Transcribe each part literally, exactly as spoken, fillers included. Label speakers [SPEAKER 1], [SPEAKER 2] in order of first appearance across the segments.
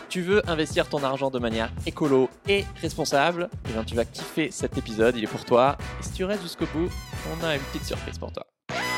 [SPEAKER 1] Tu veux investir ton argent de manière écolo et responsable? Eh bien, tu vas kiffer cet épisode, il est pour toi. Et si tu restes jusqu'au bout, on a une petite surprise pour toi.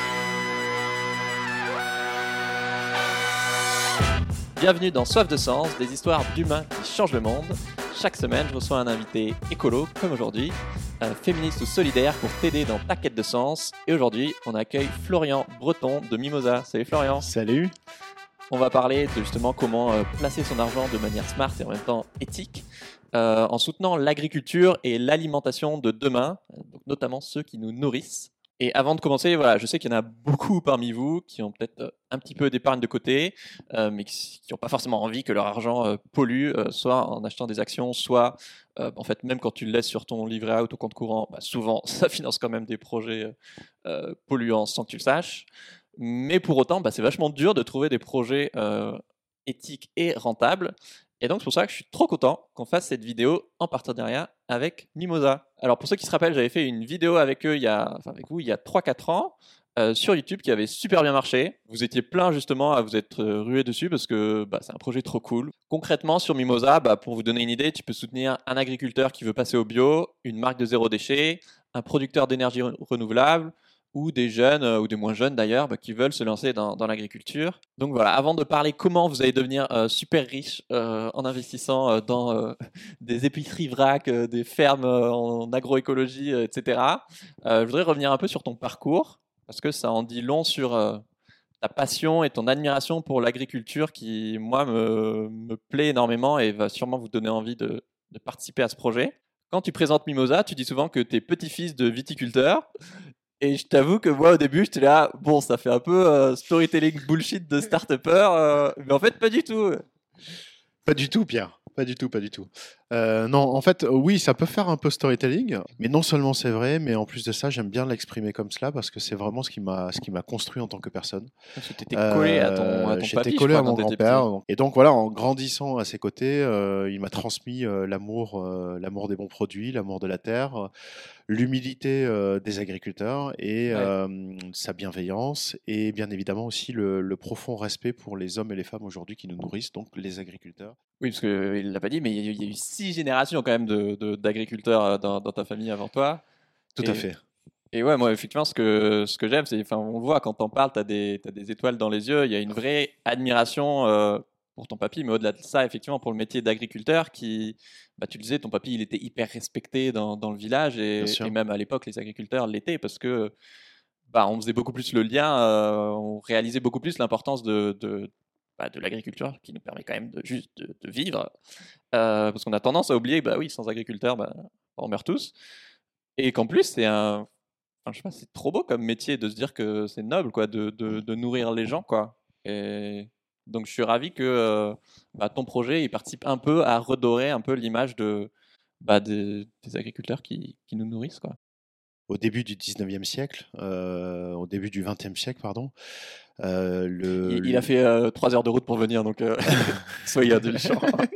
[SPEAKER 1] Bienvenue dans Soif de Sens, des histoires d'humains qui changent le monde. Chaque semaine, je reçois un invité écolo, comme aujourd'hui, un féministe ou solidaire pour t'aider dans ta quête de sens. Et aujourd'hui, on accueille Florian Breton de Mimosa. Salut Florian.
[SPEAKER 2] Salut.
[SPEAKER 1] On va parler de justement comment euh, placer son argent de manière smart et en même temps éthique, euh, en soutenant l'agriculture et l'alimentation de demain, donc notamment ceux qui nous nourrissent. Et avant de commencer, voilà, je sais qu'il y en a beaucoup parmi vous qui ont peut-être un petit peu d'épargne de côté, euh, mais qui n'ont pas forcément envie que leur argent euh, pollue, euh, soit en achetant des actions, soit euh, en fait même quand tu le laisses sur ton livret A ou ton compte courant, bah, souvent ça finance quand même des projets euh, polluants sans que tu le saches. Mais pour autant, bah, c'est vachement dur de trouver des projets euh, éthiques et rentables. Et donc, c'est pour ça que je suis trop content qu'on fasse cette vidéo en partenariat avec Mimosa. Alors, pour ceux qui se rappellent, j'avais fait une vidéo avec eux, il y a, enfin avec vous, il y a trois quatre ans, euh, sur YouTube qui avait super bien marché. Vous étiez plein justement à vous être rués dessus parce que bah, c'est un projet trop cool. Concrètement, sur Mimosa, bah, pour vous donner une idée, tu peux soutenir un agriculteur qui veut passer au bio, une marque de zéro déchet, un producteur d'énergie renouvelable, ou des jeunes, euh, ou des moins jeunes d'ailleurs, bah, qui veulent se lancer dans, dans l'agriculture. Donc voilà, avant de parler comment vous allez devenir euh, super riche euh, en investissant euh, dans euh, des épiceries vrac, euh, des fermes euh, en agroécologie, euh, et cetera, euh, je voudrais revenir un peu sur ton parcours, parce que ça en dit long sur euh, ta passion et ton admiration pour l'agriculture qui, moi, me, me plaît énormément et va sûrement vous donner envie de, de participer à ce projet. Quand tu présentes Mimosa, tu dis souvent que tu es petit-fils de viticulteur. Et je t'avoue que moi, au début, j'étais là, bon, ça fait un peu euh, storytelling bullshit de start-upper, euh, mais en fait, pas du tout.
[SPEAKER 2] Pas du tout, Pierre. Pas du tout, pas du tout. Euh, non, en fait, oui, ça peut faire un peu storytelling, mais non seulement c'est vrai, mais en plus de ça, j'aime bien l'exprimer comme cela parce que c'est vraiment ce qui m'a, ce qui m'a construit en tant que personne.
[SPEAKER 1] Parce que t'étais collé à ton, à ton
[SPEAKER 2] J'étais
[SPEAKER 1] papy,
[SPEAKER 2] collé
[SPEAKER 1] je crois,
[SPEAKER 2] à mon
[SPEAKER 1] quand t'étais
[SPEAKER 2] grand-père,
[SPEAKER 1] petit.
[SPEAKER 2] et donc voilà, en grandissant à ses côtés, euh, il m'a transmis euh, l'amour, euh, l'amour des bons produits, l'amour de la terre, euh, l'humilité euh, des agriculteurs et
[SPEAKER 1] Ouais.
[SPEAKER 2] euh, sa bienveillance, et bien évidemment aussi le, le profond respect pour les hommes et les femmes aujourd'hui qui nous nourrissent, donc les agriculteurs.
[SPEAKER 1] Oui, parce qu'il l'a pas dit, mais il y, a eu- il y a eu six générations quand même de, de- d'agriculteurs euh, dans, dans ta famille avant toi.
[SPEAKER 2] Tout à
[SPEAKER 1] Et,
[SPEAKER 2] fait.
[SPEAKER 1] et ouais, moi, effectivement, ce que, ce que j'aime, c'est, enfin, on le voit quand t'en parles, t'as des, t'as des étoiles dans les yeux, il y a une vraie admiration euh, pour ton papy, mais au-delà de ça, effectivement, pour le métier d'agriculteur qui, bah, tu le disais, ton papy, il était hyper respecté dans, dans le village
[SPEAKER 2] Bien
[SPEAKER 1] et,
[SPEAKER 2] sûr.
[SPEAKER 1] et même à l'époque, les agriculteurs l'étaient parce que bah, on faisait beaucoup plus le lien, euh, on réalisait beaucoup plus l'importance de, de, bah, de l'agriculture qui nous permet quand même de juste de, de vivre. Euh, parce qu'on a tendance à oublier que bah oui, sans agriculteurs, bah, on meurt tous. Et qu'en plus, c'est un. Enfin, je sais pas, c'est trop beau comme métier de se dire que c'est noble quoi, de, de, de nourrir les gens. Quoi. Et donc je suis ravi que euh, bah, ton projet il participe un peu à redorer un peu l'image de, bah, des, des agriculteurs qui, qui nous nourrissent. Quoi.
[SPEAKER 2] Au début du dix-neuvième siècle, euh, au début du vingtième siècle, pardon, euh, le,
[SPEAKER 1] Il, il a fait euh, trois heures de route pour venir, donc euh, soyez indulgents.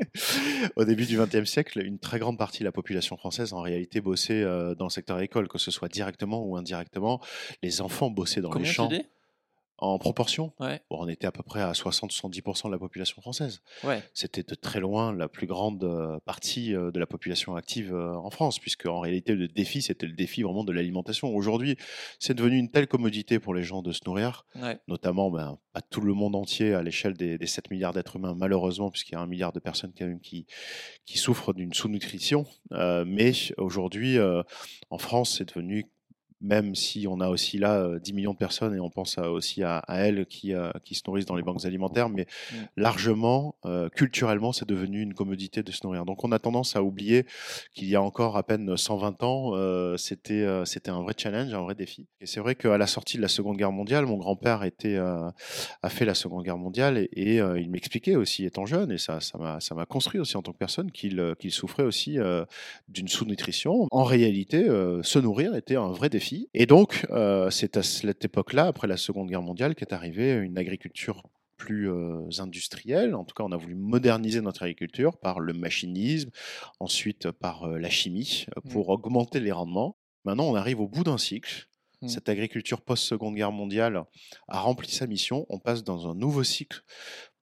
[SPEAKER 2] au début du vingtième siècle, une très grande partie de la population française en réalité bossait euh, dans le secteur agricole, que ce soit directement ou indirectement. Les enfants bossaient dans les
[SPEAKER 1] Combien tu
[SPEAKER 2] champs.
[SPEAKER 1] dis?
[SPEAKER 2] En proportion,
[SPEAKER 1] Ouais,
[SPEAKER 2] bon, on était à peu près à soixante à soixante-dix pour cent de la population française.
[SPEAKER 1] ouais.
[SPEAKER 2] C'était de très loin la plus grande euh, partie euh, de la population active euh, en France, puisque en réalité le défi, c'était le défi vraiment de l'alimentation. Aujourd'hui, c'est devenu une telle commodité pour les gens de se nourrir,
[SPEAKER 1] Ouais.
[SPEAKER 2] notamment ben, pas tout le monde entier à l'échelle des, des sept milliards d'êtres humains, malheureusement, puisqu'il y a un milliard de personnes quand même qui, qui souffrent d'une sous-nutrition. Euh, mais aujourd'hui, euh, en France, c'est devenu, même si on a aussi là euh, dix millions de personnes et on pense à- aussi à, à elles qui, euh, qui se nourrissent dans les banques alimentaires, mais
[SPEAKER 1] Mm.
[SPEAKER 2] largement, euh, culturellement, c'est devenu une commodité de se nourrir. Donc on a tendance à oublier qu'il y a encore à peine cent vingt ans, euh, c'était euh, c'était un vrai challenge, un vrai défi. Et c'est vrai qu'à la sortie de la Seconde Guerre mondiale, mon grand-père était, euh, a fait la Seconde Guerre mondiale et, et, euh, il m'expliquait aussi, étant jeune, et ça ça m'a ça m'a construit aussi en tant que personne, qu'il euh, qu'il souffrait aussi euh, d'une sous-nutrition. En réalité, euh, se nourrir était un vrai défi. Et donc, euh, c'est à cette époque-là, après la Seconde Guerre mondiale, qu'est arrivée une agriculture plus euh, industrielle. En tout cas, on a voulu moderniser notre agriculture par le machinisme, ensuite par euh, la chimie, euh,
[SPEAKER 1] Mm.
[SPEAKER 2] pour augmenter les rendements. Maintenant, on arrive au bout d'un cycle.
[SPEAKER 1] Mm.
[SPEAKER 2] Cette agriculture post-Seconde Guerre mondiale a rempli sa mission. On passe dans un nouveau cycle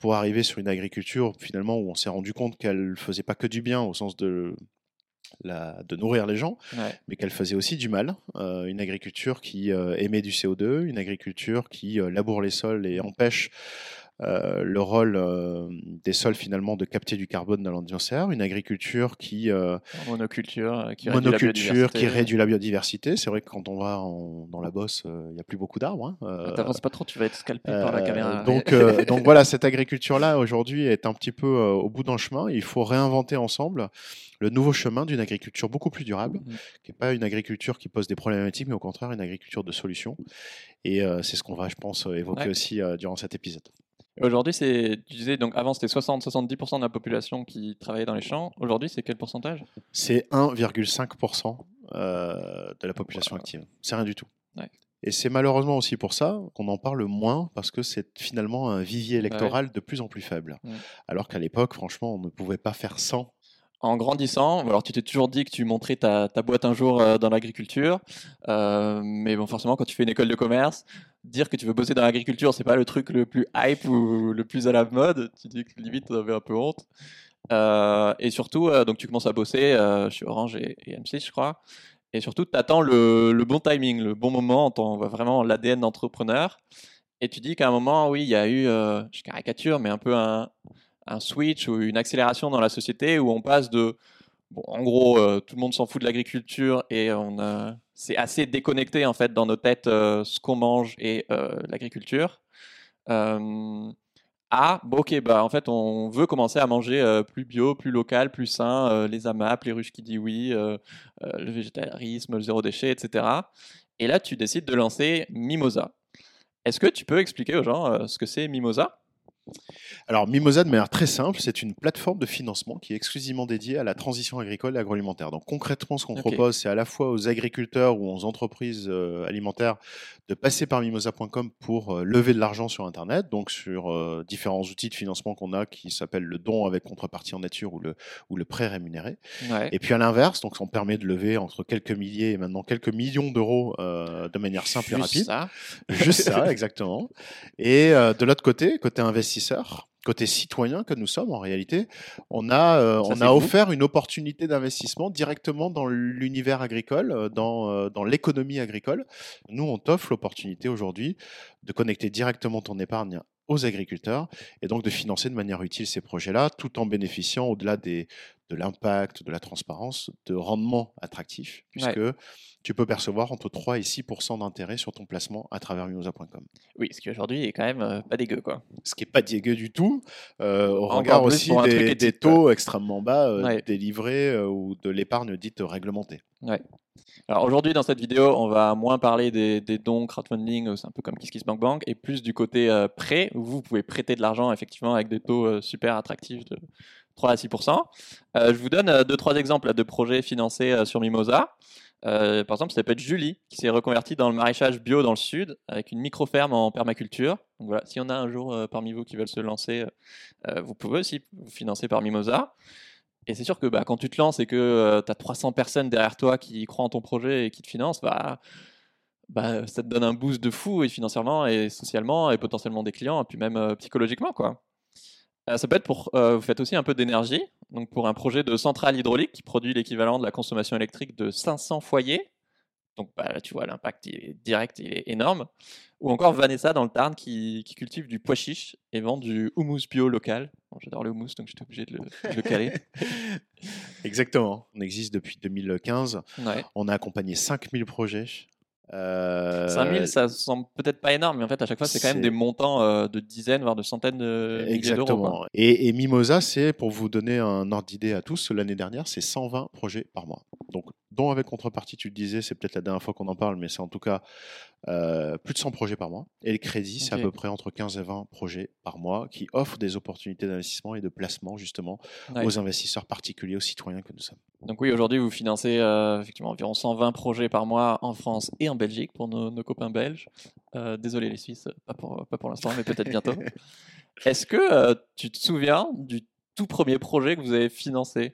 [SPEAKER 2] pour arriver sur une agriculture finalement où on s'est rendu compte qu'elle faisait pas que du bien au sens de la, de nourrir les gens,
[SPEAKER 1] Ouais.
[SPEAKER 2] mais qu'elle faisait aussi du mal. Euh, une agriculture qui euh, émet du C O deux, une agriculture qui euh, laboure les sols et empêche euh, le rôle euh, des sols finalement de capter du carbone dans l'atmosphère, une agriculture qui euh,
[SPEAKER 1] En monoculture, euh, qui réduit la
[SPEAKER 2] monoculture qui
[SPEAKER 1] biodiversité.
[SPEAKER 2] réduit la biodiversité. C'est vrai que quand on va en- dans la Bosse, euh, il n'y a plus beaucoup d'arbres. Hein.
[SPEAKER 1] Ah,
[SPEAKER 2] Euh,
[SPEAKER 1] t'avances pas trop, tu vas être scalpé par la
[SPEAKER 2] euh,
[SPEAKER 1] caméra.
[SPEAKER 2] donc, euh, donc voilà, cette agriculture-là aujourd'hui est un petit peu euh, au bout d'un chemin. Il faut réinventer ensemble le nouveau chemin d'une agriculture beaucoup plus durable,
[SPEAKER 1] Mhm.
[SPEAKER 2] qui n'est pas une agriculture qui pose des problématiques, mais au contraire une agriculture de solutions. Et euh, c'est ce qu'on va, je pense, évoquer
[SPEAKER 1] Ouais.
[SPEAKER 2] aussi euh, durant cet épisode.
[SPEAKER 1] Aujourd'hui, c'est, tu disais, donc avant c'était soixante à soixante-dix pour cent de la population qui travaillait dans les champs. Aujourd'hui, c'est quel pourcentage?
[SPEAKER 2] C'est un virgule cinq pour cent euh, de la population
[SPEAKER 1] Wow.
[SPEAKER 2] active. C'est rien du tout.
[SPEAKER 1] Ouais.
[SPEAKER 2] Et c'est malheureusement aussi pour ça qu'on en parle moins, parce que c'est finalement un vivier électoral de plus en plus faible.
[SPEAKER 1] Mm.
[SPEAKER 2] Alors qu'à l'époque, franchement, on ne pouvait pas faire sans.
[SPEAKER 1] En grandissant, alors tu t'es toujours dit que tu montrais ta, ta boîte un jour euh, dans l'agriculture, euh, mais bon, forcément, quand tu fais une école de commerce, dire que tu veux bosser dans l'agriculture, c'est pas le truc le plus hype ou le plus à la mode. Tu dis que limite, tu avais un peu honte. Euh, et surtout, euh, donc tu commences à bosser euh, chez Orange et, et M six, je crois. Et surtout, tu attends le, le bon timing, le bon moment, on voit vraiment l'A D N d'entrepreneur. Et tu dis qu'à un moment, oui, il y a eu, euh, je caricature, mais un peu un, un switch ou une accélération dans la société où on passe de, bon, en gros, euh, tout le monde s'en fout de l'agriculture et on a, c'est assez déconnecté en fait dans nos têtes euh, ce qu'on mange et euh, l'agriculture. Euh, à, bon, ok, bah en fait, on veut commencer à manger euh, plus bio, plus local, plus sain, euh, les AMAP, les ruches qui disent oui, euh, euh, le végétarisme, le zéro déchet, et cetera. Et là, tu décides de lancer Mimosa. Est-ce que tu peux expliquer aux gens euh, ce que c'est Mimosa?
[SPEAKER 2] Alors, Mimosa, de manière très simple, c'est une plateforme de financement qui est exclusivement dédiée à la transition agricole et agroalimentaire. Donc, concrètement, ce qu'on
[SPEAKER 1] Ok.
[SPEAKER 2] propose, c'est à la fois aux agriculteurs ou aux entreprises euh, alimentaires de passer par mimosa point com pour euh, lever de l'argent sur Internet, donc sur euh, différents outils de financement qu'on a qui s'appellent le don avec contrepartie en nature ou le, ou le prêt rémunéré.
[SPEAKER 1] Ouais.
[SPEAKER 2] Et puis à l'inverse, donc on permet de lever entre quelques milliers et maintenant quelques millions d'euros euh, de manière simple et
[SPEAKER 1] Juste
[SPEAKER 2] rapide.
[SPEAKER 1] ça.
[SPEAKER 2] Juste ça, exactement. Et euh, de l'autre côté, côté investisseur, côté citoyen que nous sommes en réalité, on a, euh,
[SPEAKER 1] Ça,
[SPEAKER 2] on
[SPEAKER 1] c'est
[SPEAKER 2] a
[SPEAKER 1] vous.
[SPEAKER 2] offert une opportunité d'investissement directement dans l'univers agricole, euh, dans, euh, dans l'économie agricole. Nous, on t'offre l'opportunité aujourd'hui de connecter directement ton épargne aux agriculteurs et donc de financer de manière utile ces projets-là, tout en bénéficiant, au-delà des, de l'impact, de la transparence, de rendements attractifs, puisque
[SPEAKER 1] Ouais.
[SPEAKER 2] tu peux percevoir entre trois et six pour cent d'intérêt sur ton placement à travers mimosa point com.
[SPEAKER 1] Oui, ce qui aujourd'hui est quand même euh, pas dégueu, quoi.
[SPEAKER 2] Ce qui n'est pas dégueu du tout, euh, au
[SPEAKER 1] Encore
[SPEAKER 2] regard
[SPEAKER 1] plus
[SPEAKER 2] aussi
[SPEAKER 1] pour un truc
[SPEAKER 2] des, des
[SPEAKER 1] éthique, quoi.
[SPEAKER 2] taux extrêmement bas euh,
[SPEAKER 1] Ouais.
[SPEAKER 2] délivrés euh, ou de l'épargne dite réglementée.
[SPEAKER 1] Ouais. Alors aujourd'hui, dans cette vidéo, on va moins parler des, des dons, crowdfunding, euh, c'est un peu comme KissKissBankBank, et plus du côté euh, prêt, où vous pouvez prêter de l'argent effectivement avec des taux euh, super attractifs de trois à six pour cent. Euh, je vous donne euh, deux, trois exemples là, de projets financés euh, sur Mimosa. Euh, par exemple, ça peut être Julie, qui s'est reconvertie dans le maraîchage bio dans le sud, avec une micro-ferme en permaculture. Donc voilà, s'il y en a un jour euh, parmi vous qui veulent se lancer, euh, vous pouvez aussi vous financer par Mimosa. Et c'est sûr que bah, quand tu te lances et que euh, tu as trois cents personnes derrière toi qui croient en ton projet et qui te financent, bah, bah, ça te donne un boost de fou, et financièrement, et socialement, et potentiellement des clients, et puis même euh, psychologiquement, quoi. Euh, ça peut être pour, euh, vous faites aussi un peu d'énergie, donc pour un projet de centrale hydraulique qui produit l'équivalent de la consommation électrique de cinq cents foyers. Donc bah, là, tu vois, l'impact il est direct, il est énorme. Ou encore Vanessa dans le Tarn qui, qui cultive du pois chiche et vend du houmous bio local. Bon, j'adore le houmous, donc j'étais obligé de le, de le caler.
[SPEAKER 2] Exactement. On existe depuis deux mille quinze.
[SPEAKER 1] Ouais.
[SPEAKER 2] On a accompagné cinq mille projets. Euh,
[SPEAKER 1] cinq mille, ça semble peut-être pas énorme, mais en fait, à chaque fois, c'est quand même des
[SPEAKER 2] c'est-
[SPEAKER 1] montants euh, de dizaines, voire de centaines de milliers d'euros, quoi.
[SPEAKER 2] Exactement. Et, et Mimosa, c'est, pour vous donner un ordre d'idée à tous, l'année dernière, c'est cent vingt projets par mois. Donc, dont avec contrepartie, tu le disais, c'est peut-être la dernière fois qu'on en parle, mais c'est en tout cas euh, plus de cent projets par mois. Et le crédit, c'est à
[SPEAKER 1] Ok.
[SPEAKER 2] peu près entre quinze et vingt projets par mois qui offrent des opportunités d'investissement et de placement, justement,
[SPEAKER 1] Ouais.
[SPEAKER 2] aux investisseurs particuliers, aux citoyens que nous sommes.
[SPEAKER 1] Donc oui, aujourd'hui, vous financez euh, effectivement environ cent vingt projets par mois en France et en Belgique pour nos, nos copains belges. Euh, désolé les Suisses, pas pour, pas pour l'instant, mais peut-être bientôt. Est-ce que euh, tu te souviens du tout premier projet que vous avez financé?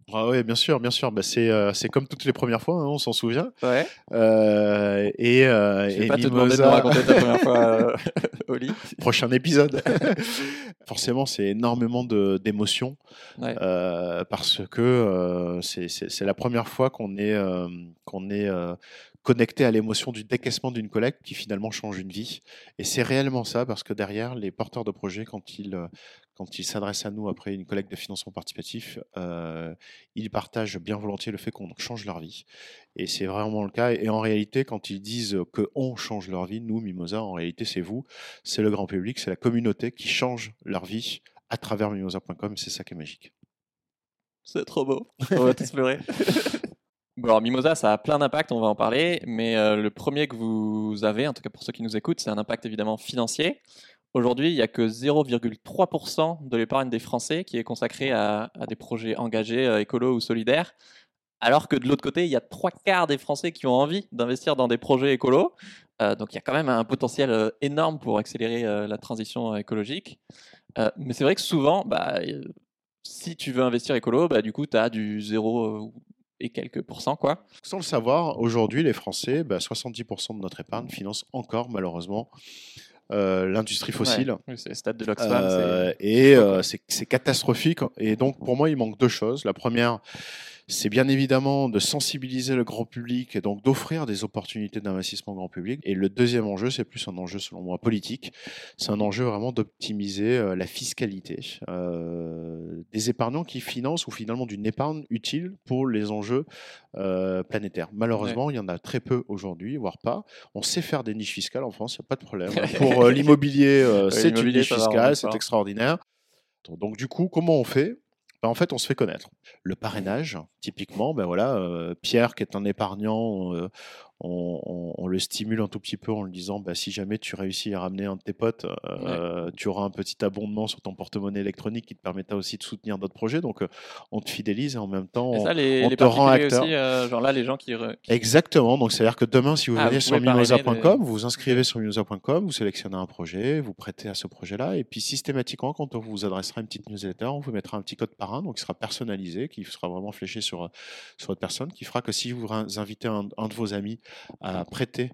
[SPEAKER 2] Ah oui, bien sûr, bien sûr. Bah, c'est, euh, c'est comme toutes les premières fois, hein, on s'en souvient.
[SPEAKER 1] Ouais.
[SPEAKER 2] Euh, et, euh,
[SPEAKER 1] Je vais
[SPEAKER 2] et
[SPEAKER 1] pas te demander de
[SPEAKER 2] Mimosa,
[SPEAKER 1] nous raconter ta première fois euh, au lit.
[SPEAKER 2] prochain épisode. Forcément, c'est énormément de, d'émotions
[SPEAKER 1] Ouais.
[SPEAKER 2] euh, parce que euh, c'est, c'est, c'est la première fois qu'on est, euh, qu'on est euh, connecté à l'émotion du décaissement d'une collecte qui finalement change une vie. Et c'est réellement ça parce que derrière, les porteurs de projets, quand ils, euh, quand ils s'adressent à nous après une collecte de financement participatif, euh, ils partagent bien volontiers le fait qu'on change leur vie. Et c'est vraiment le cas. Et en réalité, quand ils disent que on change leur vie, nous, Mimosa, en réalité, c'est vous, c'est le grand public, c'est la communauté qui change leur vie à travers mimosa point com. C'est ça qui est magique.
[SPEAKER 1] C'est trop beau. On va tous pleurer. Bon, alors Mimosa, ça a plein d'impacts, on va en parler, mais euh, le premier que vous avez, en tout cas pour ceux qui nous écoutent, c'est un impact évidemment financier. Aujourd'hui, il n'y a que zéro virgule trois pour cent de l'épargne des Français qui est consacrée à, à des projets engagés, euh, écolos ou solidaires, alors que de l'autre côté, il y a trois quarts des Français qui ont envie d'investir dans des projets écolos. Euh, donc il y a quand même un potentiel euh, énorme pour accélérer euh, la transition écologique. Euh, mais c'est vrai que souvent, bah, euh, si tu veux investir écolo, bah, du coup, tu as du zéro euh, et quelques pourcents, quoi.
[SPEAKER 2] Sans le savoir, aujourd'hui, les Français, bah, soixante-dix pour cent de notre épargne finance encore, malheureusement, euh, l'industrie fossile.
[SPEAKER 1] Ouais, c'est le stade de l'Oxfam.
[SPEAKER 2] Euh,
[SPEAKER 1] c'est
[SPEAKER 2] et
[SPEAKER 1] chaud,
[SPEAKER 2] euh,
[SPEAKER 1] quoi.
[SPEAKER 2] c'est c'est catastrophique. Et donc, pour moi, il manque deux choses. La première, c'est bien évidemment de sensibiliser le grand public et donc d'offrir des opportunités d'investissement grand public. Et le deuxième enjeu, c'est plus un enjeu, selon moi, politique. C'est un enjeu vraiment d'optimiser euh, la fiscalité euh, des épargnants qui financent ou finalement d'une épargne utile pour les enjeux euh, planétaires. Malheureusement,
[SPEAKER 1] Ouais.
[SPEAKER 2] il y en a très peu aujourd'hui, voire pas. On sait faire des niches fiscales en France, il n'y a pas de problème. Pour euh, l'immobilier, euh,
[SPEAKER 1] Ouais,
[SPEAKER 2] c'est une
[SPEAKER 1] l'immobilier,
[SPEAKER 2] niche
[SPEAKER 1] ça va, on est
[SPEAKER 2] fiscale, c'est
[SPEAKER 1] fort.
[SPEAKER 2] extraordinaire. Donc du coup, comment on fait? Ben, en fait, on se fait connaître. Le parrainage, typiquement, ben voilà, euh, Pierre, qui est un épargnant, euh, on, on- on le stimule un tout petit peu en lui disant, bah, si jamais tu réussis à ramener un de tes potes,
[SPEAKER 1] Ouais.
[SPEAKER 2] euh, tu auras un petit abondement sur ton porte-monnaie électronique qui te permettra aussi de soutenir d'autres projets. Donc, euh, on te fidélise et en même temps,
[SPEAKER 1] Et
[SPEAKER 2] on,
[SPEAKER 1] ça, les,
[SPEAKER 2] on
[SPEAKER 1] les
[SPEAKER 2] te rend
[SPEAKER 1] particuliers
[SPEAKER 2] acteur.
[SPEAKER 1] aussi, euh, genre là, les gens qui, re- qui-
[SPEAKER 2] Exactement. Donc, c'est-à-dire que demain, si vous
[SPEAKER 1] Ah, vous
[SPEAKER 2] venez sur
[SPEAKER 1] pouvez parrainer
[SPEAKER 2] mimosa point com,
[SPEAKER 1] des...
[SPEAKER 2] vous vous inscrivez sur mimosa point com, vous sélectionnez un projet, vous prêtez à ce projet-là, et puis systématiquement, quand on vous adressera une petite newsletter, on vous mettra un petit code parrain, donc qui sera personnalisé, qui sera vraiment fléché sur, sur votre personne, qui fera que si vous in- invitez un, un de vos amis à prêter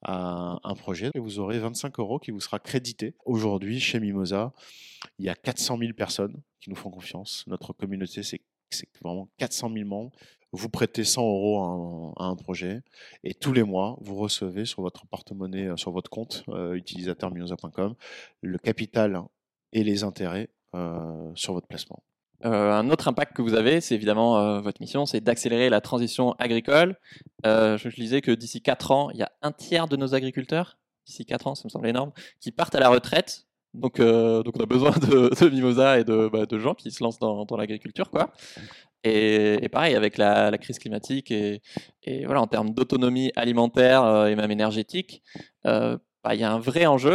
[SPEAKER 2] à un projet, vous aurez vingt-cinq euros qui vous sera crédité. Aujourd'hui, chez Mimosa, il y a quatre cent mille personnes qui nous font confiance. Notre communauté, c'est c'est vraiment quatre cent mille membres. Vous prêtez cent euros à un, à un projet et tous les mois, vous recevez sur votre porte-monnaie, euh, sur votre compte euh, utilisateur mimosa point com, le capital et les intérêts euh, sur votre placement.
[SPEAKER 1] Euh, un autre impact que vous avez, c'est évidemment euh, votre mission, c'est d'accélérer la transition agricole. Euh, je, je lisais que d'ici quatre ans, il y a un tiers de nos agriculteurs, d'ici quatre ans, ça me semble énorme, qui partent à la retraite. Donc, euh, donc on a besoin de, de Mimosa et de, bah, de gens qui se lancent dans, dans l'agriculture, quoi. Et, et pareil, avec la, la crise climatique et, et voilà, en termes d'autonomie alimentaire euh, et même énergétique, euh, bah, il y a un vrai enjeu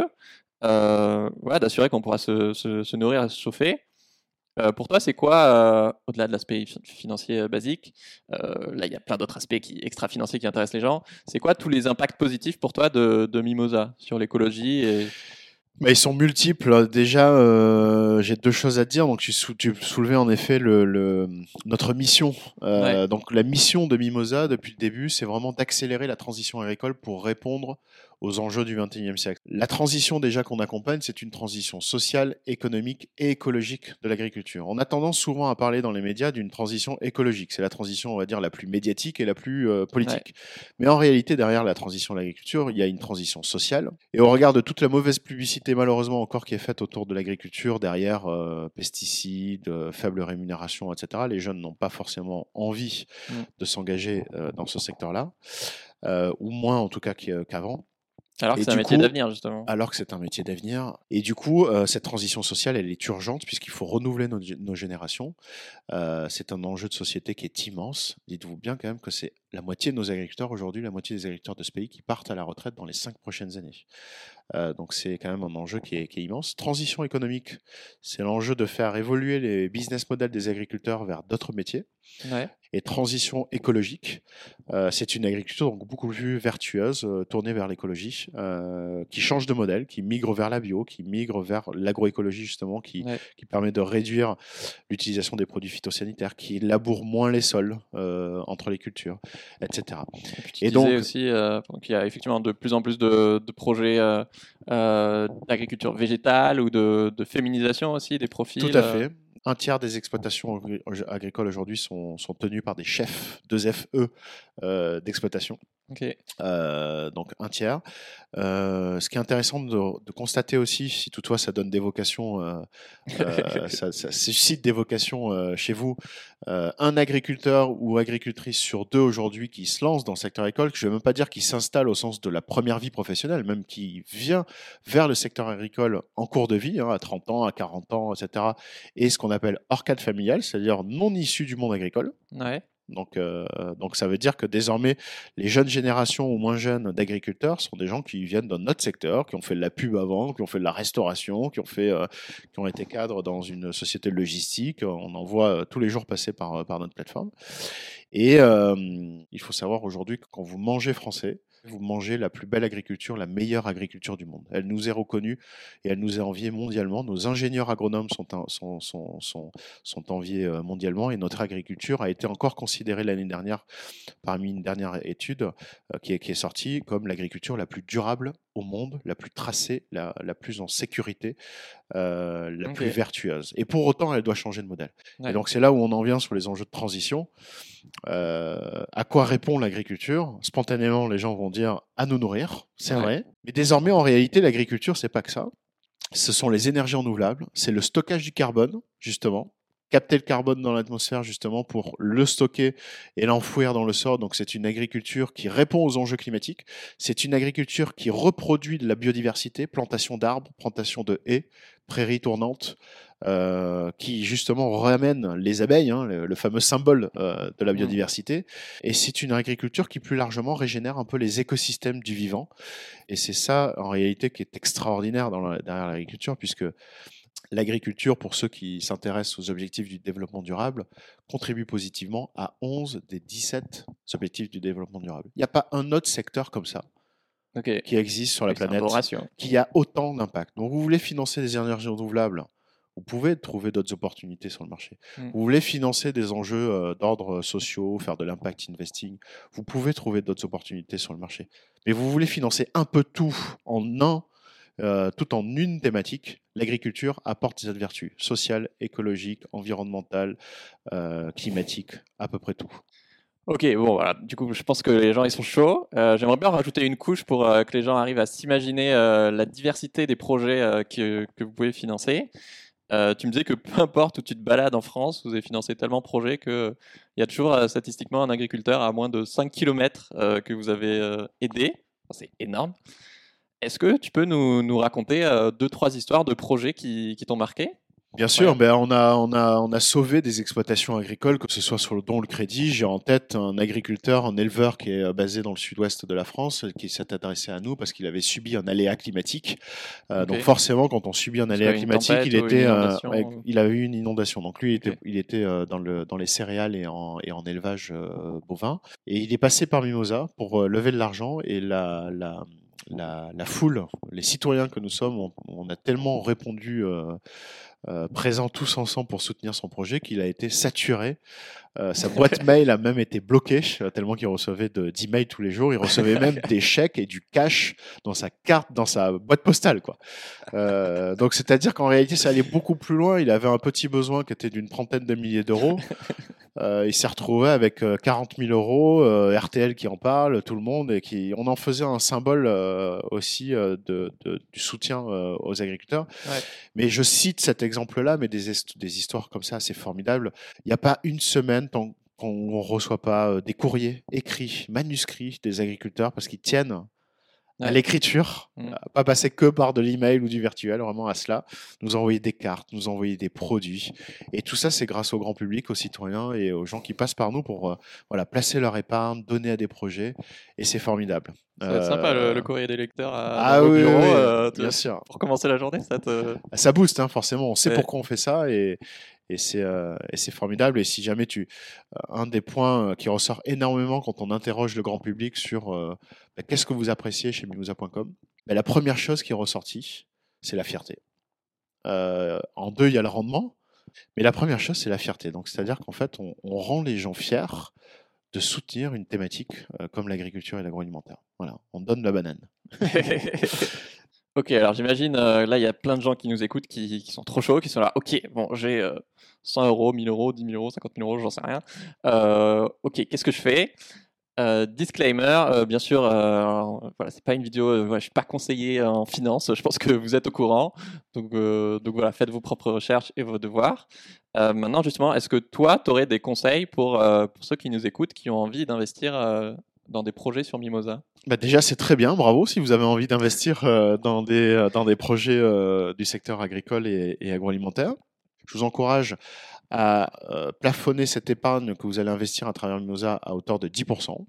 [SPEAKER 1] euh, voilà, d'assurer qu'on pourra se, se, se nourrir et se chauffer. Euh, pour toi, c'est quoi, euh, au-delà de l'aspect fi- financier euh, basique, euh, là il y a plein d'autres aspects qui, extra-financiers qui intéressent les gens, c'est quoi tous les impacts positifs pour toi de, de Mimosa sur l'écologie et...
[SPEAKER 2] Mais ils sont multiples. Déjà, euh, j'ai deux choses à te dire. Donc, tu, sou- tu soulevais en effet le, le- notre mission.
[SPEAKER 1] Ouais,
[SPEAKER 2] Euh, donc, la mission de Mimosa depuis le début, c'est vraiment d'accélérer la transition agricole pour répondre aux enjeux du vingt et unième siècle. La transition déjà qu'on accompagne, c'est une transition sociale, économique et écologique de l'agriculture. On a tendance souvent à parler dans les médias d'une transition écologique. C'est la transition, on va dire, la plus médiatique et la plus euh,
[SPEAKER 1] ouais,
[SPEAKER 2] politique. Mais en réalité, derrière la transition de l'agriculture, il y a une transition sociale. Et au regard de toute la mauvaise publicité, malheureusement, encore qui est faite autour de l'agriculture, derrière euh, pesticides, euh, faible rémunération, et cetera, les jeunes n'ont pas forcément envie
[SPEAKER 1] mm.
[SPEAKER 2] de s'engager euh, dans ce secteur-là, euh, ou moins en tout cas qu'- qu'avant.
[SPEAKER 1] Alors que
[SPEAKER 2] Et
[SPEAKER 1] c'est un
[SPEAKER 2] du
[SPEAKER 1] métier
[SPEAKER 2] coup,
[SPEAKER 1] d'avenir, justement.
[SPEAKER 2] alors que c'est un métier d'avenir. Et du coup, euh, cette transition sociale, elle est urgente puisqu'il faut renouveler nos, nos générations. Euh, c'est un enjeu de société qui est immense. Dites-vous bien quand même que c'est la moitié de nos agriculteurs aujourd'hui, la moitié des agriculteurs de ce pays qui partent à la retraite dans les cinq prochaines années. Euh, donc c'est quand même un enjeu qui est, qui est immense. Transition économique, c'est l'enjeu de faire évoluer les business models des agriculteurs vers d'autres métiers.
[SPEAKER 1] Ouais.
[SPEAKER 2] Et transition écologique, euh, c'est une agriculture donc beaucoup plus vertueuse, euh, tournée vers l'écologie, euh, qui change de modèle, qui migre vers la bio, qui migre vers l'agroécologie justement, qui,
[SPEAKER 1] Ouais.
[SPEAKER 2] qui permet de réduire l'utilisation des produits phytosanitaires, qui laboure moins les sols euh, entre les cultures, et cetera.
[SPEAKER 1] Et puis tu
[SPEAKER 2] Et
[SPEAKER 1] disais
[SPEAKER 2] donc,
[SPEAKER 1] aussi euh, qu'il y a effectivement de plus en plus de, de projets euh, euh, d'agriculture végétale ou de, de féminisation aussi des
[SPEAKER 2] tout
[SPEAKER 1] profils.
[SPEAKER 2] à
[SPEAKER 1] euh.
[SPEAKER 2] fait. Un tiers des exploitations agri- agricoles aujourd'hui sont, sont tenues par des chefs, deux F E, euh, d'exploitation.
[SPEAKER 1] Ok.
[SPEAKER 2] Euh, donc un tiers. Euh, ce qui est intéressant de, de constater aussi, si toutefois ça donne des vocations, euh, euh, ça, ça suscite des vocations euh, chez vous, euh, un agriculteur ou agricultrice sur deux aujourd'hui qui se lance dans le secteur agricole, que je ne vais même pas dire qui s'installe au sens de la première vie professionnelle, même qui vient vers le secteur agricole en cours de vie, hein, à trente ans, à quarante ans, et cetera, et ce qu'on appelle hors cadre familial, c'est-à-dire non issu du monde agricole.
[SPEAKER 1] Ouais.
[SPEAKER 2] Donc, euh, donc ça veut dire que désormais, les jeunes générations ou moins jeunes d'agriculteurs sont des gens qui viennent dans notre secteur, qui ont fait de la pub avant, qui ont fait de la restauration, qui ont, fait, euh, qui ont été cadres dans une société de logistique. On en voit euh, tous les jours passer par, par notre plateforme. Et euh, il faut savoir aujourd'hui que quand vous mangez français, vous mangez la plus belle agriculture, la meilleure agriculture du monde. Elle nous est reconnue et elle nous est enviée mondialement. Nos ingénieurs agronomes sont, un- sont, sont, sont, sont enviés euh, mondialement et notre agriculture a été encore considérée l'année dernière parmi une dernière étude euh, qui, est, qui est sortie comme l'agriculture la plus durable au monde, la plus tracée, la, la plus en sécurité, euh, la
[SPEAKER 1] Ok.
[SPEAKER 2] plus vertueuse. Et pour autant, elle doit changer de modèle.
[SPEAKER 1] Ouais.
[SPEAKER 2] Et donc c'est là où on en vient sur les enjeux de transition. Euh, à quoi répond l'agriculture? Spontanément, les gens vont dire à nous nourrir, c'est
[SPEAKER 1] Ouais.
[SPEAKER 2] vrai. Mais désormais, en réalité, l'agriculture, c'est pas que ça. Ce sont les énergies renouvelables, c'est le stockage du carbone, justement. Capter le carbone dans l'atmosphère, justement, pour le stocker et l'enfouir dans le sol. Donc, c'est une agriculture qui répond aux enjeux climatiques. C'est une agriculture qui reproduit de la biodiversité, plantation d'arbres, plantation de haies, prairies tournantes, euh, qui justement ramène les abeilles, hein, le, le fameux symbole euh, de la
[SPEAKER 1] Mm.
[SPEAKER 2] biodiversité. Et c'est une agriculture qui plus largement régénère un peu les écosystèmes du vivant. Et c'est ça, en réalité, qui est extraordinaire dans la- derrière l'agriculture, puisque l'agriculture, pour ceux qui s'intéressent aux objectifs du développement durable, contribue positivement à onze des dix-sept objectifs du développement durable. Il n'y a pas un autre secteur comme ça
[SPEAKER 1] Ok.
[SPEAKER 2] qui existe sur la
[SPEAKER 1] Oui, c'est un beau
[SPEAKER 2] planète
[SPEAKER 1] ratio.
[SPEAKER 2] qui a autant d'impact. Donc vous voulez financer des énergies renouvelables, vous pouvez trouver d'autres opportunités sur le marché.
[SPEAKER 1] Mm.
[SPEAKER 2] Vous voulez financer des enjeux euh, d'ordre sociaux, faire de l'impact investing, vous pouvez trouver d'autres opportunités sur le marché. Mais vous voulez financer un peu tout en un, euh, tout en une thématique. L'agriculture apporte cette vertu sociale, écologique, environnementale, euh, climatique, à peu près tout.
[SPEAKER 1] Ok, bon voilà, du coup je pense que les gens ils sont chauds. Euh, j'aimerais bien rajouter une couche pour euh, que les gens arrivent à s'imaginer euh, la diversité des projets euh, que, que vous pouvez financer. Euh, tu me disais que peu importe où tu te balades en France, vous avez financé tellement de projets qu'il y a toujours euh, statistiquement un agriculteur à moins de cinq kilomètres euh, que vous avez euh, aidé. Enfin, c'est énorme. Est-ce que tu peux nous, nous raconter euh, deux, trois histoires de projets qui, qui t'ont marqué?
[SPEAKER 2] Bien sûr,
[SPEAKER 1] Incroyable.
[SPEAKER 2] ben on a, on a, on a sauvé des exploitations agricoles, que ce soit sur le don ou le crédit. J'ai en tête un agriculteur, un éleveur qui est euh, basé dans le sud-ouest de la France, qui s'est adressé à nous parce qu'il avait subi un aléa climatique. Euh,
[SPEAKER 1] Ok.
[SPEAKER 2] Donc forcément, quand on subit un
[SPEAKER 1] Parce
[SPEAKER 2] aléa
[SPEAKER 1] qu'il y a une
[SPEAKER 2] climatique,
[SPEAKER 1] tempête
[SPEAKER 2] il
[SPEAKER 1] ou une
[SPEAKER 2] était, euh,
[SPEAKER 1] inondation.
[SPEAKER 2] ouais, il avait eu une inondation. Donc lui, il était,
[SPEAKER 1] Ok.
[SPEAKER 2] il était euh, dans le, dans les céréales et en, et en élevage euh, bovin. Et il est passé par Mimosa pour euh, lever de l'argent et la, la, la, la foule, les citoyens que nous sommes, on, on a tellement répondu. Euh, euh, présents tous ensemble pour soutenir son projet qu'il a été saturé. Euh, sa boîte mail a même été bloquée, euh, tellement qu'il recevait de, d'emails tous les jours. Il recevait même des chèques et du cash dans sa carte, dans sa boîte postale, quoi. Euh, donc, c'est-à-dire qu'en réalité, ça allait beaucoup plus loin. Il avait un petit besoin qui était d'une trentaine de milliers d'euros. Euh, il s'est retrouvé avec euh, quarante mille euros, euh, R T L qui en parle, tout le monde, et qui, on en faisait un symbole euh, aussi euh, de, de- du soutien euh, aux agriculteurs.
[SPEAKER 1] Ouais.
[SPEAKER 2] Mais je cite cet exemple-là, mais des, est- des histoires comme ça, c'est formidable. Il n'y a pas une semaine tant qu'on ne reçoit pas euh, des courriers écrits, manuscrits des agriculteurs, parce qu'ils tiennent à
[SPEAKER 1] Ouais.
[SPEAKER 2] l'écriture,
[SPEAKER 1] Mm.
[SPEAKER 2] à pas passer que par de l'email ou du virtuel, vraiment à cela, nous envoyer des cartes, nous envoyer des produits. Et tout ça, c'est grâce au grand public, aux citoyens et aux gens qui passent par nous pour euh, voilà, placer leur épargne, donner à des projets. Et c'est formidable.
[SPEAKER 1] Ça va être sympa le,
[SPEAKER 2] Euh,
[SPEAKER 1] le courrier des lecteurs à- dans
[SPEAKER 2] Ah
[SPEAKER 1] vos
[SPEAKER 2] oui, oui,
[SPEAKER 1] bureaux
[SPEAKER 2] oui,
[SPEAKER 1] euh,
[SPEAKER 2] bien
[SPEAKER 1] te-
[SPEAKER 2] sûr.
[SPEAKER 1] pour commencer la journée. Ça te...
[SPEAKER 2] Ça booste, hein, forcément. On sait
[SPEAKER 1] Ouais.
[SPEAKER 2] pourquoi on fait ça et, et c'est euh, et c'est formidable. Et si jamais tu. euh, Un des points euh, qui ressort énormément quand on interroge le grand public sur euh, bah, qu'est-ce que vous appréciez chez mimouza point com, bah, la première chose qui est ressortie, c'est la fierté. Euh, en deux, il y a le rendement, mais la première chose, c'est la fierté. Donc, c'est-à-dire qu'en fait, on, on rend les gens fiers de soutenir une thématique euh, comme l'agriculture et l'agroalimentaire. Voilà, on donne la banane.
[SPEAKER 1] Ok, alors j'imagine, euh, là, il y a plein de gens qui nous écoutent qui, qui sont trop chauds, qui sont là. Ok, bon, j'ai euh, cent euros, mille euros, dix mille euros, cinquante mille euros, j'en sais rien. Euh, ok, qu'est-ce que je fais? Euh, disclaimer, euh, bien sûr, euh, voilà, c'est pas une vidéo, euh, voilà, je suis pas conseiller en finance, je pense que vous êtes au courant. Donc, euh, donc voilà, faites vos propres recherches et vos devoirs. Euh, maintenant, justement, est-ce que toi, tu aurais des conseils pour, euh, pour ceux qui nous écoutent, qui ont envie d'investir euh, dans des projets sur Mimosa?
[SPEAKER 2] Bah déjà, c'est très bien, bravo. Si vous avez envie d'investir euh, dans, des, euh, dans des projets euh, du secteur agricole et, et agroalimentaire, je vous encourage à euh, plafonner cette épargne que vous allez investir à travers Mimosa à hauteur de dix pour cent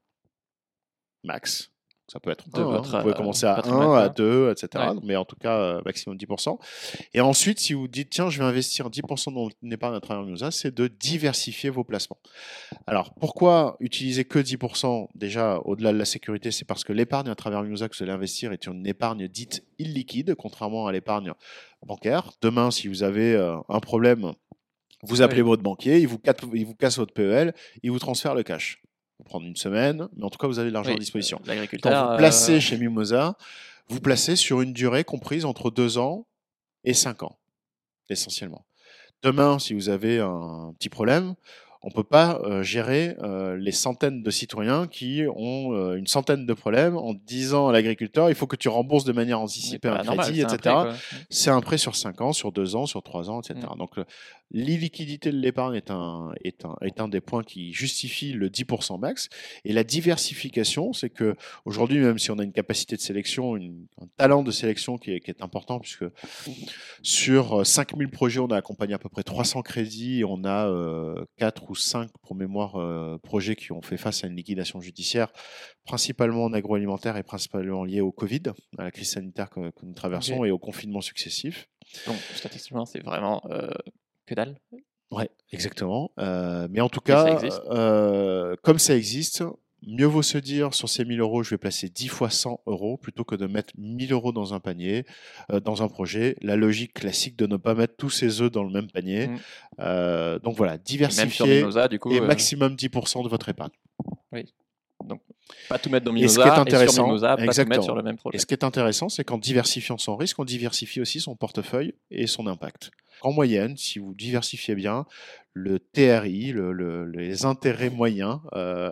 [SPEAKER 2] max. Ça peut être
[SPEAKER 1] De
[SPEAKER 2] un, hein.
[SPEAKER 1] votre
[SPEAKER 2] Vous pouvez
[SPEAKER 1] euh,
[SPEAKER 2] commencer à
[SPEAKER 1] patrimoine,
[SPEAKER 2] un, à
[SPEAKER 1] quoi.
[SPEAKER 2] deux, et cetera.
[SPEAKER 1] Ouais.
[SPEAKER 2] Mais en tout cas, euh, maximum dix pour cent. Et ensuite, si vous dites, tiens, je vais investir dix pour cent dans une épargne à travers Mimosa, c'est de diversifier vos placements. Alors, pourquoi utiliser que dix pour cent? Déjà, au-delà de la sécurité, c'est parce que l'épargne à travers Mimosa que vous allez investir est une épargne dite illiquide, contrairement à l'épargne bancaire. Demain, si vous avez euh, un problème, vous appelez
[SPEAKER 1] Oui.
[SPEAKER 2] votre banquier, il vous, casse, il vous casse votre P E L, il vous transfère le cash. Ça va prendre une semaine, mais en tout cas, vous avez de l'argent à
[SPEAKER 1] Oui,
[SPEAKER 2] disposition.
[SPEAKER 1] euh,
[SPEAKER 2] Quand
[SPEAKER 1] l'agriculteur.
[SPEAKER 2] vous
[SPEAKER 1] euh,
[SPEAKER 2] placez chez Mimosa, vous placez sur une durée comprise entre deux ans et cinq ans, essentiellement. Demain, si vous avez un petit problème, on ne peut pas euh, gérer euh, les centaines de citoyens qui ont euh, une centaine de problèmes en disant à l'agriculteur, il faut que tu rembourses de manière
[SPEAKER 1] Oui,
[SPEAKER 2] anticipée un
[SPEAKER 1] pas normal,
[SPEAKER 2] crédit,
[SPEAKER 1] c'est un prêt,
[SPEAKER 2] et cetera.
[SPEAKER 1] quoi.
[SPEAKER 2] C'est un prêt sur cinq ans, sur deux ans, sur trois ans,
[SPEAKER 1] Mm.
[SPEAKER 2] et cetera. Donc le- l'illiquidité de l'épargne est un, est, un, est un des points qui justifie le dix pour cent max. Et la diversification, c'est que aujourd'hui, même si on a une capacité de sélection, une- un talent de sélection qui est, qui est important, puisque sur cinq mille projets, on a accompagné à peu près trois cents crédits et on a euh, quatre ou cinq, pour mémoire, euh, projets qui ont fait face à une liquidation judiciaire, principalement en agroalimentaire et principalement liés au Covid, à la crise sanitaire que, que nous traversons
[SPEAKER 1] Ok.
[SPEAKER 2] et aux confinements successifs.
[SPEAKER 1] Donc, statistiquement, c'est vraiment euh, que dalle.
[SPEAKER 2] Ouais, exactement. Euh, mais en tout
[SPEAKER 1] Mais ça
[SPEAKER 2] cas,
[SPEAKER 1] existe.
[SPEAKER 2] euh, comme ça existe, mieux vaut se dire sur ces mille euros, je vais placer dix fois cent euros plutôt que de mettre mille euros dans un panier, euh, dans un projet. La logique classique de ne pas mettre tous ses œufs dans le même panier.
[SPEAKER 1] Mm.
[SPEAKER 2] Euh, donc voilà,
[SPEAKER 1] Et même sur
[SPEAKER 2] diversifier
[SPEAKER 1] Mimosa, du coup,
[SPEAKER 2] et
[SPEAKER 1] euh,
[SPEAKER 2] maximum dix pour cent de votre épargne.
[SPEAKER 1] oui. Donc, pas tout mettre dans
[SPEAKER 2] Et ce qui est
[SPEAKER 1] Mimosa et sur
[SPEAKER 2] intéressant,
[SPEAKER 1] Mimosa, pas tout mettre
[SPEAKER 2] exactement.
[SPEAKER 1] sur le même
[SPEAKER 2] Et
[SPEAKER 1] projet.
[SPEAKER 2] ce qui est intéressant, c'est qu'en diversifiant son risque, on diversifie aussi son portefeuille et son impact. En moyenne, si vous diversifiez bien, le T R I, le- le- les intérêts moyens, euh,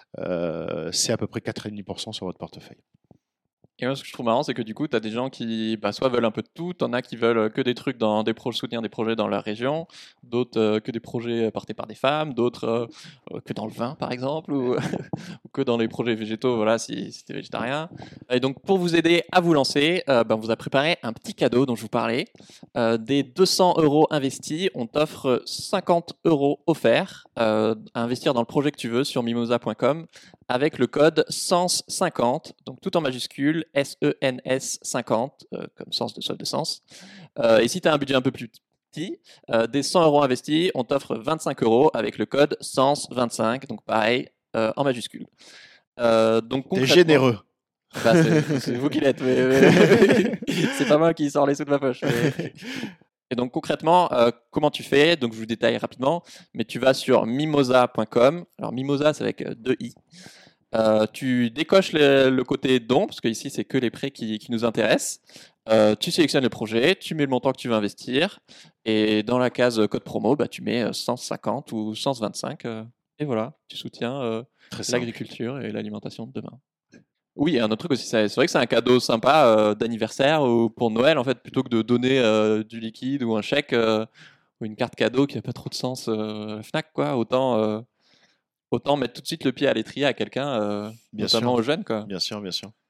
[SPEAKER 2] euh, c'est à peu près quatre virgule cinq pour cent sur votre portefeuille.
[SPEAKER 1] Et moi, ce que je trouve marrant, c'est que du coup, tu as des gens qui bah, soit veulent un peu de tout, t'en as qui veulent euh, que des trucs dans des projets, soutenir des projets dans leur région, d'autres euh, que des projets portés par des femmes, d'autres euh, euh, que dans le vin, par exemple, ou, ou que dans les projets végétaux, voilà, si, si tu es végétarien. Et donc, pour vous aider à vous lancer, euh, ben, on vous a préparé un petit cadeau dont je vous parlais. Euh, des deux cents euros investis, on t'offre cinquante euros offerts euh, à investir dans le projet que tu veux sur mimosa point com avec le code sens cinquante, donc tout en majuscule, S E N S cinquante, euh, comme sens de solde de sens. Euh, et si tu as un budget un peu plus petit, euh, des cent euros investis, on t'offre vingt-cinq euros avec le code sens vingt-cinq, donc pareil, euh, en majuscule. Euh, donc
[SPEAKER 2] T'es
[SPEAKER 1] concrètement,
[SPEAKER 2] généreux.
[SPEAKER 1] bah, c'est c'est vous qui l'êtes, mais, mais- c'est pas moi qui sors les sous de ma poche. mais- Et donc concrètement, euh, comment tu fais? Donc je vous détaille rapidement, mais tu vas sur mimosa point com. Alors mimosa, c'est avec euh, deux i. Euh, tu décoches le, le côté don, parce qu'ici, c'est que les prêts qui, qui nous intéressent. Euh, tu sélectionnes le projet, tu mets le montant que tu veux investir, et dans la case code promo, bah, tu mets euh, cent cinquante ou cent vingt-cinq, euh, et voilà, tu soutiens euh,
[SPEAKER 2] Très simple.
[SPEAKER 1] l'agriculture et l'alimentation de demain. Oui, et un autre truc aussi, c'est c'est vrai que c'est un cadeau sympa euh, d'anniversaire ou pour Noël, en fait, plutôt que de donner euh, du liquide ou un chèque euh, ou une carte cadeau qui n'a pas trop de sens euh, à la Fnac, quoi. Autant, euh, autant mettre tout de suite le pied à l'étrier à quelqu'un, euh,
[SPEAKER 2] Bien
[SPEAKER 1] notamment
[SPEAKER 2] sûr.
[SPEAKER 1] aux jeunes, quoi.
[SPEAKER 2] Bien sûr, bien sûr.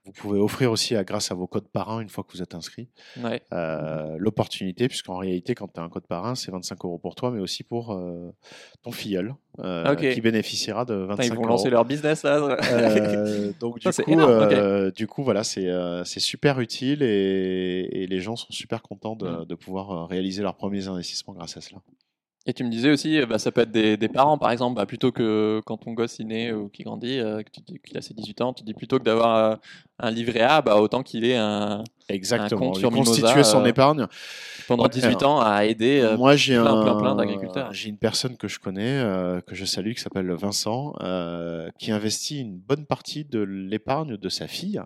[SPEAKER 2] Vous pouvez offrir aussi, à, grâce à vos codes parrains, une fois que vous êtes inscrit,
[SPEAKER 1] Ouais.
[SPEAKER 2] euh, l'opportunité, puisqu'en réalité, quand tu as un code parrain, c'est vingt-cinq euros pour toi, mais aussi pour euh, ton filleul, euh,
[SPEAKER 1] Ah, ok.
[SPEAKER 2] qui bénéficiera de
[SPEAKER 1] Putain,
[SPEAKER 2] vingt-cinq
[SPEAKER 1] ils vont
[SPEAKER 2] euros.
[SPEAKER 1] lancer leur business là.
[SPEAKER 2] Euh, donc
[SPEAKER 1] Ça,
[SPEAKER 2] du
[SPEAKER 1] c'est
[SPEAKER 2] coup,
[SPEAKER 1] énorme, ok.
[SPEAKER 2] euh, du coup, voilà, c'est euh, c'est super utile et, et les gens sont super contents de,
[SPEAKER 1] Mm.
[SPEAKER 2] de pouvoir euh, réaliser leurs premiers investissements grâce à cela.
[SPEAKER 1] Et tu me disais aussi, euh, bah, ça peut être des, des parents, par exemple, bah, plutôt que quand ton gosse il naît ou qu'il grandit, euh, que tu dis qu'il a ses dix-huit ans, tu dis plutôt que d'avoir euh, un livret A, bah, autant qu'il ait un, un
[SPEAKER 2] Exactement,
[SPEAKER 1] compte
[SPEAKER 2] lui
[SPEAKER 1] sur
[SPEAKER 2] constituer son
[SPEAKER 1] Mimosa euh,
[SPEAKER 2] épargne.
[SPEAKER 1] qui, pendant
[SPEAKER 2] Ouais,
[SPEAKER 1] dix-huit ans, a aidé euh,
[SPEAKER 2] moi, j'ai
[SPEAKER 1] plein, plein, plein
[SPEAKER 2] un,
[SPEAKER 1] d'agriculteurs.
[SPEAKER 2] j'ai une personne que je connais, euh, que je salue, qui s'appelle Vincent, euh, qui investit une bonne partie de l'épargne de sa fille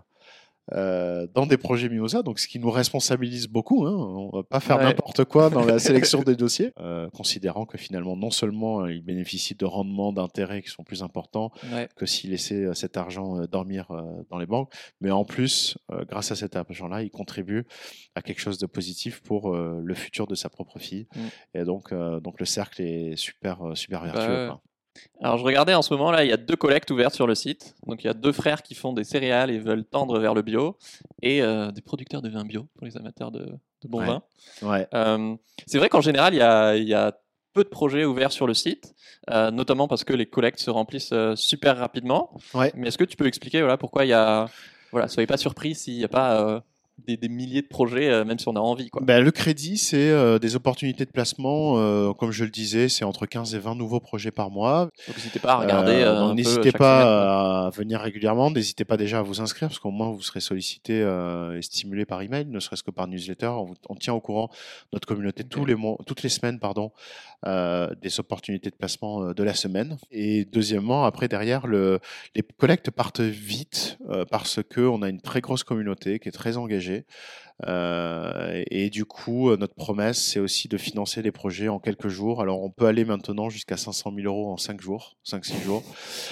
[SPEAKER 2] euh, dans des projets Mimosa, donc ce qui nous responsabilise beaucoup. Hein. On va pas faire
[SPEAKER 1] Ouais.
[SPEAKER 2] n'importe quoi dans la sélection des dossiers, euh, considérant que finalement, non seulement euh, il bénéficie de rendements d'intérêts qui sont plus importants
[SPEAKER 1] Ouais.
[SPEAKER 2] que s'il laissait euh, cet argent euh, dormir euh, dans les banques, mais en plus, euh, grâce à cet argent-là, il contribue à quelque chose de positif pour euh, le futur de sa propre fille.
[SPEAKER 1] Mm.
[SPEAKER 2] Et donc, euh, donc le cercle est super, euh, super
[SPEAKER 1] Bah,
[SPEAKER 2] vertueux.
[SPEAKER 1] ouais.
[SPEAKER 2] Quoi.
[SPEAKER 1] Alors je regardais en ce moment là, il y a deux collectes ouvertes sur le site. Donc il y a deux frères qui font des céréales et veulent tendre vers le bio, et euh, des producteurs de vin bio pour les amateurs de, de bon
[SPEAKER 2] Ouais.
[SPEAKER 1] vin.
[SPEAKER 2] Ouais.
[SPEAKER 1] Euh, c'est vrai qu'en général il y a, il y a peu de projets ouverts sur le site, euh, notamment parce que les collectes se remplissent euh, super rapidement.
[SPEAKER 2] Ouais.
[SPEAKER 1] Mais est-ce que tu peux expliquer voilà pourquoi il y a, voilà, soyez pas surpris s'il n'y a pas euh, des, des milliers de projets, euh, même si on a envie, quoi.
[SPEAKER 2] Ben, le crédit, c'est euh, des opportunités de placement. Euh, comme je le disais, c'est entre quinze et vingt nouveaux projets par mois.
[SPEAKER 1] Donc n'hésitez pas à regarder
[SPEAKER 2] Euh,
[SPEAKER 1] euh,
[SPEAKER 2] donc
[SPEAKER 1] un peu
[SPEAKER 2] n'hésitez
[SPEAKER 1] chaque semaine, quoi.
[SPEAKER 2] pas à venir régulièrement. N'hésitez pas déjà à vous inscrire parce qu'au moins vous serez sollicité euh, et stimulé par email, ne serait-ce que par newsletter. On, vous- on tient au courant notre communauté tous
[SPEAKER 1] Ok.
[SPEAKER 2] les mois, toutes les semaines, pardon, euh, des opportunités de placement euh, de la semaine. Et deuxièmement, après derrière, le, les collectes partent vite euh, parce que on a une très grosse communauté qui est très engagée. Euh, et, et du coup, euh, notre promesse, c'est aussi de financer les projets en quelques jours. Alors, on peut aller maintenant jusqu'à cinq cent mille euros en cinq jours, cinq six jours.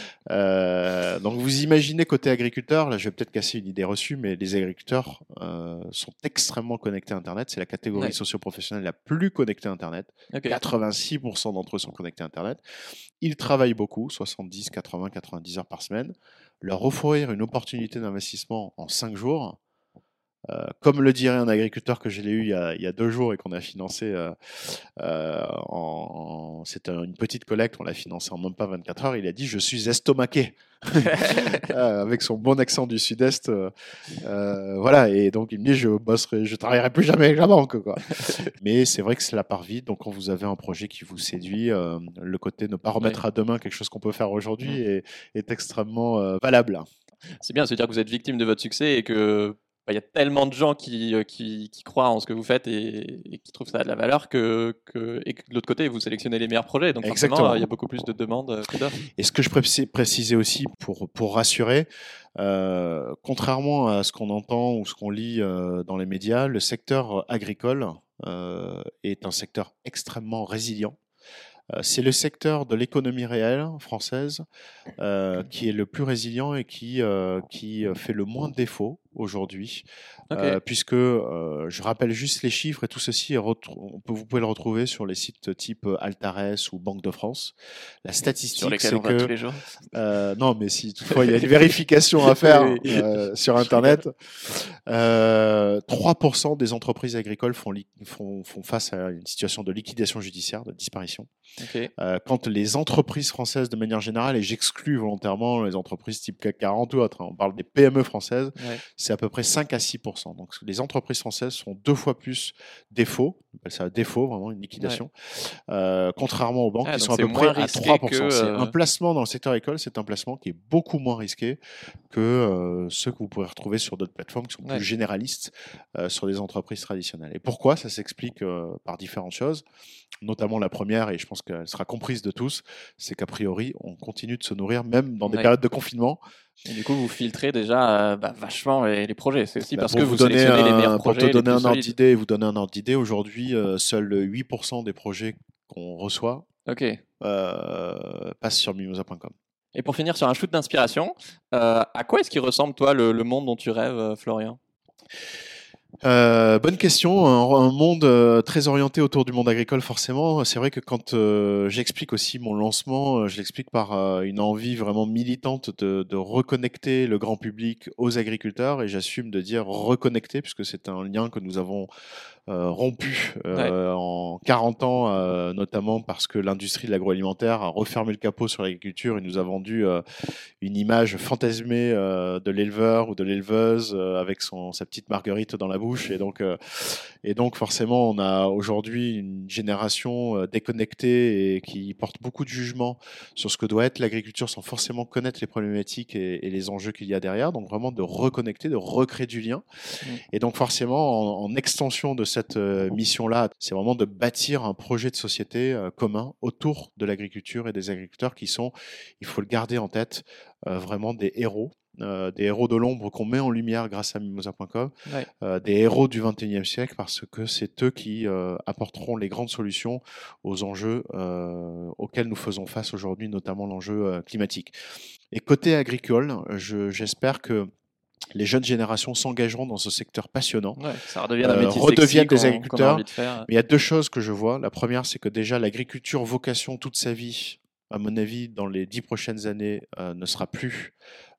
[SPEAKER 2] Euh, donc, vous imaginez côté agriculteur, là, je vais peut-être casser une idée reçue, mais les agriculteurs euh, sont extrêmement connectés à Internet. C'est la catégorie
[SPEAKER 1] Ouais.
[SPEAKER 2] socio-professionnelle la plus connectée à Internet.
[SPEAKER 1] Ok.
[SPEAKER 2] quatre-vingt-six pour cent d'entre eux sont connectés à Internet. Ils travaillent beaucoup, soixante-dix, quatre-vingts, quatre-vingt-dix heures par semaine. Leur offrir une opportunité d'investissement en cinq jours, Euh, comme le dirait un agriculteur que je l'ai eu il y, a, il y a deux jours et qu'on a financé euh, euh, en, en c'était une petite collecte, on l'a financé en même pas vingt-quatre heures, il a dit je suis estomaqué euh, avec son bon accent du sud-est, euh, euh, voilà, et donc il me dit je bosserai, je travaillerai plus jamais avec la banque, quoi. Mais c'est vrai que cela part vite, donc quand vous avez un projet qui vous séduit, euh, le côté ne pas remettre
[SPEAKER 1] Ouais.
[SPEAKER 2] à demain quelque chose qu'on peut faire aujourd'hui
[SPEAKER 1] Mm.
[SPEAKER 2] est, est extrêmement euh, valable.
[SPEAKER 1] C'est bien, c'est-à-dire que vous êtes victime de votre succès et que bah, il y a tellement de gens qui, euh, qui, qui croient en ce que vous faites et, et qui trouvent ça a de la valeur que, que, et que de l'autre côté, vous sélectionnez les meilleurs projets. Donc forcément,
[SPEAKER 2] Exactement.
[SPEAKER 1] euh, il y a beaucoup plus de demandes euh, que d'offres.
[SPEAKER 2] Et ce que je précis- précisais aussi pour, pour rassurer, euh, contrairement à ce qu'on entend ou ce qu'on lit euh, dans les médias, le secteur agricole euh, est un secteur extrêmement résilient. Euh, C'est le secteur de l'économie réelle française euh, qui est le plus résilient et qui, euh, qui fait le moins de défauts aujourd'hui,
[SPEAKER 1] Ok.
[SPEAKER 2] euh, puisque euh, je rappelle juste les chiffres et tout ceci, est retrou- on peut, vous pouvez le retrouver sur les sites type Altares ou Banque de France. La
[SPEAKER 1] Sur
[SPEAKER 2] statistique,
[SPEAKER 1] lesquels
[SPEAKER 2] c'est
[SPEAKER 1] on va tous
[SPEAKER 2] que
[SPEAKER 1] les jours.
[SPEAKER 2] euh, non, mais si toutefois il y a une vérification à faire
[SPEAKER 1] Oui, oui.
[SPEAKER 2] euh, sur
[SPEAKER 1] Je
[SPEAKER 2] Internet, euh, trois pour cent des entreprises agricoles font, li- font, font face à une situation de liquidation judiciaire, de disparition.
[SPEAKER 1] Ok.
[SPEAKER 2] Euh, quand les entreprises françaises de manière générale, et j'exclus volontairement les entreprises type CAC quarante ou autres, hein, on parle des P M E françaises,
[SPEAKER 1] Ouais.
[SPEAKER 2] c'est à peu près cinq à six pour cent. Donc les entreprises françaises sont deux fois plus défaut, on appelle ça défaut, vraiment une liquidation, euh, contrairement aux banques
[SPEAKER 1] Ah,
[SPEAKER 2] qui
[SPEAKER 1] donc
[SPEAKER 2] sont à
[SPEAKER 1] c'est
[SPEAKER 2] peu près
[SPEAKER 1] moins
[SPEAKER 2] à
[SPEAKER 1] risqué
[SPEAKER 2] trois pour cent.
[SPEAKER 1] que,
[SPEAKER 2] C'est
[SPEAKER 1] euh,
[SPEAKER 2] un placement dans le secteur école, c'est un placement qui est beaucoup moins risqué que euh, ceux que vous pourrez retrouver sur d'autres plateformes qui sont
[SPEAKER 1] Ouais.
[SPEAKER 2] plus généralistes euh, sur des entreprises traditionnelles. Et pourquoi? Ça s'explique euh, par différentes choses, notamment la première, et je pense qu'elle sera comprise de tous, c'est qu'a priori, on continue de se nourrir même dans des
[SPEAKER 1] Ouais.
[SPEAKER 2] périodes de confinement.
[SPEAKER 1] Et du coup, vous filtrez déjà euh, bah, vachement les, les projets. C'est aussi
[SPEAKER 2] Bah,
[SPEAKER 1] parce
[SPEAKER 2] pour
[SPEAKER 1] que
[SPEAKER 2] vous
[SPEAKER 1] vous
[SPEAKER 2] donner
[SPEAKER 1] sélectionnez les
[SPEAKER 2] un-
[SPEAKER 1] meilleurs
[SPEAKER 2] pour te
[SPEAKER 1] projets, les
[SPEAKER 2] donner
[SPEAKER 1] plus
[SPEAKER 2] un ordre
[SPEAKER 1] solides.
[SPEAKER 2] d'idée, vous donner un ordre d'idée, aujourd'hui, euh, seuls huit pour cent des projets qu'on reçoit
[SPEAKER 1] Ok.
[SPEAKER 2] euh, passent sur mimosa point com.
[SPEAKER 1] Et pour finir sur un shoot d'inspiration, euh, à quoi est-ce qu'il ressemble, toi, le, le monde dont tu rêves, euh, Florian?
[SPEAKER 2] Euh, bonne question. Un, un monde euh, très orienté autour du monde agricole, forcément. C'est vrai que quand euh, j'explique aussi mon lancement, euh, je l'explique par euh, une envie vraiment militante de, de reconnecter le grand public aux agriculteurs, et j'assume de dire reconnecter, puisque c'est un lien que nous avons euh, rompu euh, ouais. en quarante ans, euh, notamment parce que l'industrie de l'agroalimentaire a refermé le capot sur l'agriculture et nous a vendu euh, une image fantasmée euh, de l'éleveur ou de l'éleveuse euh, avec son, sa petite marguerite dans la bouche. Et donc, euh, et donc forcément, on a aujourd'hui une génération euh, déconnectée et qui porte beaucoup de jugement sur ce que doit être l'agriculture sans forcément connaître les problématiques et, et les enjeux qu'il y a derrière. Donc vraiment de reconnecter, de recréer du lien. Mmh. Et donc forcément, en, en extension de cette euh, mission-là, c'est vraiment de bâtir un projet de société euh, commun autour de l'agriculture et des agriculteurs qui sont, il faut le garder en tête, euh, vraiment des héros. Euh, des héros de l'ombre qu'on met en lumière grâce à mimosa point com, ouais. euh, des héros du vingt et unième siècle, parce que c'est eux qui euh, apporteront les grandes solutions aux enjeux euh, auxquels nous faisons face aujourd'hui, notamment l'enjeu euh, climatique. Et côté agricole, je, j'espère que les jeunes générations s'engageront dans ce secteur passionnant,
[SPEAKER 1] ouais, ça redevienne un métier
[SPEAKER 2] euh, redeviennent
[SPEAKER 1] sexy
[SPEAKER 2] des agriculteurs.
[SPEAKER 1] De faire.
[SPEAKER 2] Mais il y a deux choses que je vois. La première, c'est que déjà l'agriculture vocation toute sa vie, à mon avis, dans les dix prochaines années, euh, ne sera plus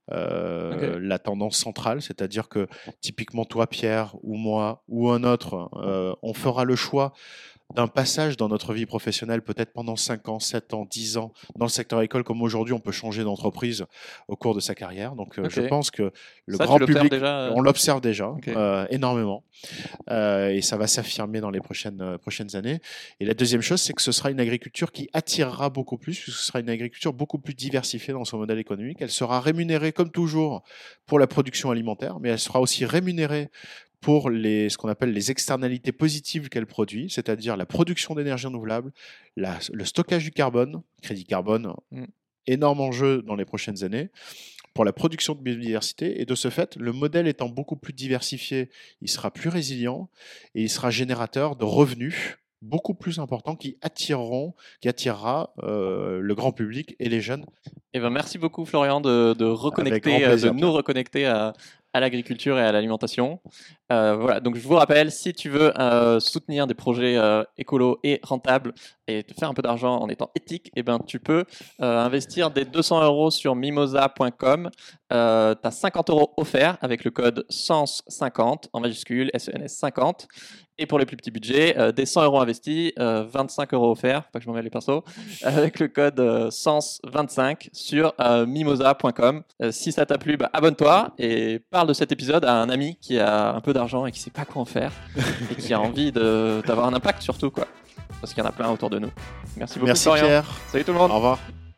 [SPEAKER 2] Euh, okay. la tendance centrale, c'est-à-dire que typiquement toi Pierre ou moi ou un autre, euh, on fera le choix d'un passage dans notre vie professionnelle, peut-être pendant cinq ans, sept ans, dix ans, dans le secteur agricole, comme aujourd'hui on peut changer d'entreprise au cours de sa carrière. Donc euh, okay. je pense que le ça, grand public, déjà, on l'observe déjà okay. euh, énormément, euh, et ça va s'affirmer dans les prochaines, euh, prochaines années. Et la deuxième chose, c'est que ce sera une agriculture qui attirera beaucoup plus, puisque ce sera une agriculture beaucoup plus diversifiée dans son modèle économique. Elle sera rémunérée, comme toujours, pour la production alimentaire, mais elle sera aussi rémunérée pour les, ce qu'on appelle les externalités positives qu'elle produit, c'est-à-dire la production d'énergie renouvelable, la, le stockage du carbone, crédit carbone, mm. énorme enjeu dans les prochaines années, pour la production de biodiversité. Et de ce fait, le modèle étant beaucoup plus diversifié, il sera plus résilient et il sera générateur de revenus beaucoup plus importants qui attireront, qui attirera euh, le grand public et les jeunes.
[SPEAKER 1] Eh ben, merci beaucoup Florian de, de reconnecter, plaisir, de nous reconnecter à, à l'agriculture et à l'alimentation. Euh, voilà, donc je vous rappelle, si tu veux euh, soutenir des projets euh, écolos et rentables et te faire un peu d'argent en étant éthique, eh ben, tu peux euh, investir des deux cents euros sur mimosa point com. Euh, tu as cinquante euros offerts avec le code sens cinquante en majuscule, S E N S cinquante. Et pour les plus petits budgets, euh, des cent euros investis, euh, vingt-cinq euros offerts, pas que je m'en mets les pinceaux, avec le code euh, sens vingt-cinq sur euh, mimosa point com. Euh, si ça t'a plu, bah, abonne-toi et parle de cet épisode à un ami qui a un peu d'argent et qui ne sait pas quoi en faire et qui a envie de, d'avoir un impact surtout, quoi. Parce qu'il y en a plein autour de nous. Merci beaucoup,
[SPEAKER 2] Merci
[SPEAKER 1] Florian.
[SPEAKER 2] Pierre.
[SPEAKER 1] Salut tout le monde.
[SPEAKER 2] Au revoir.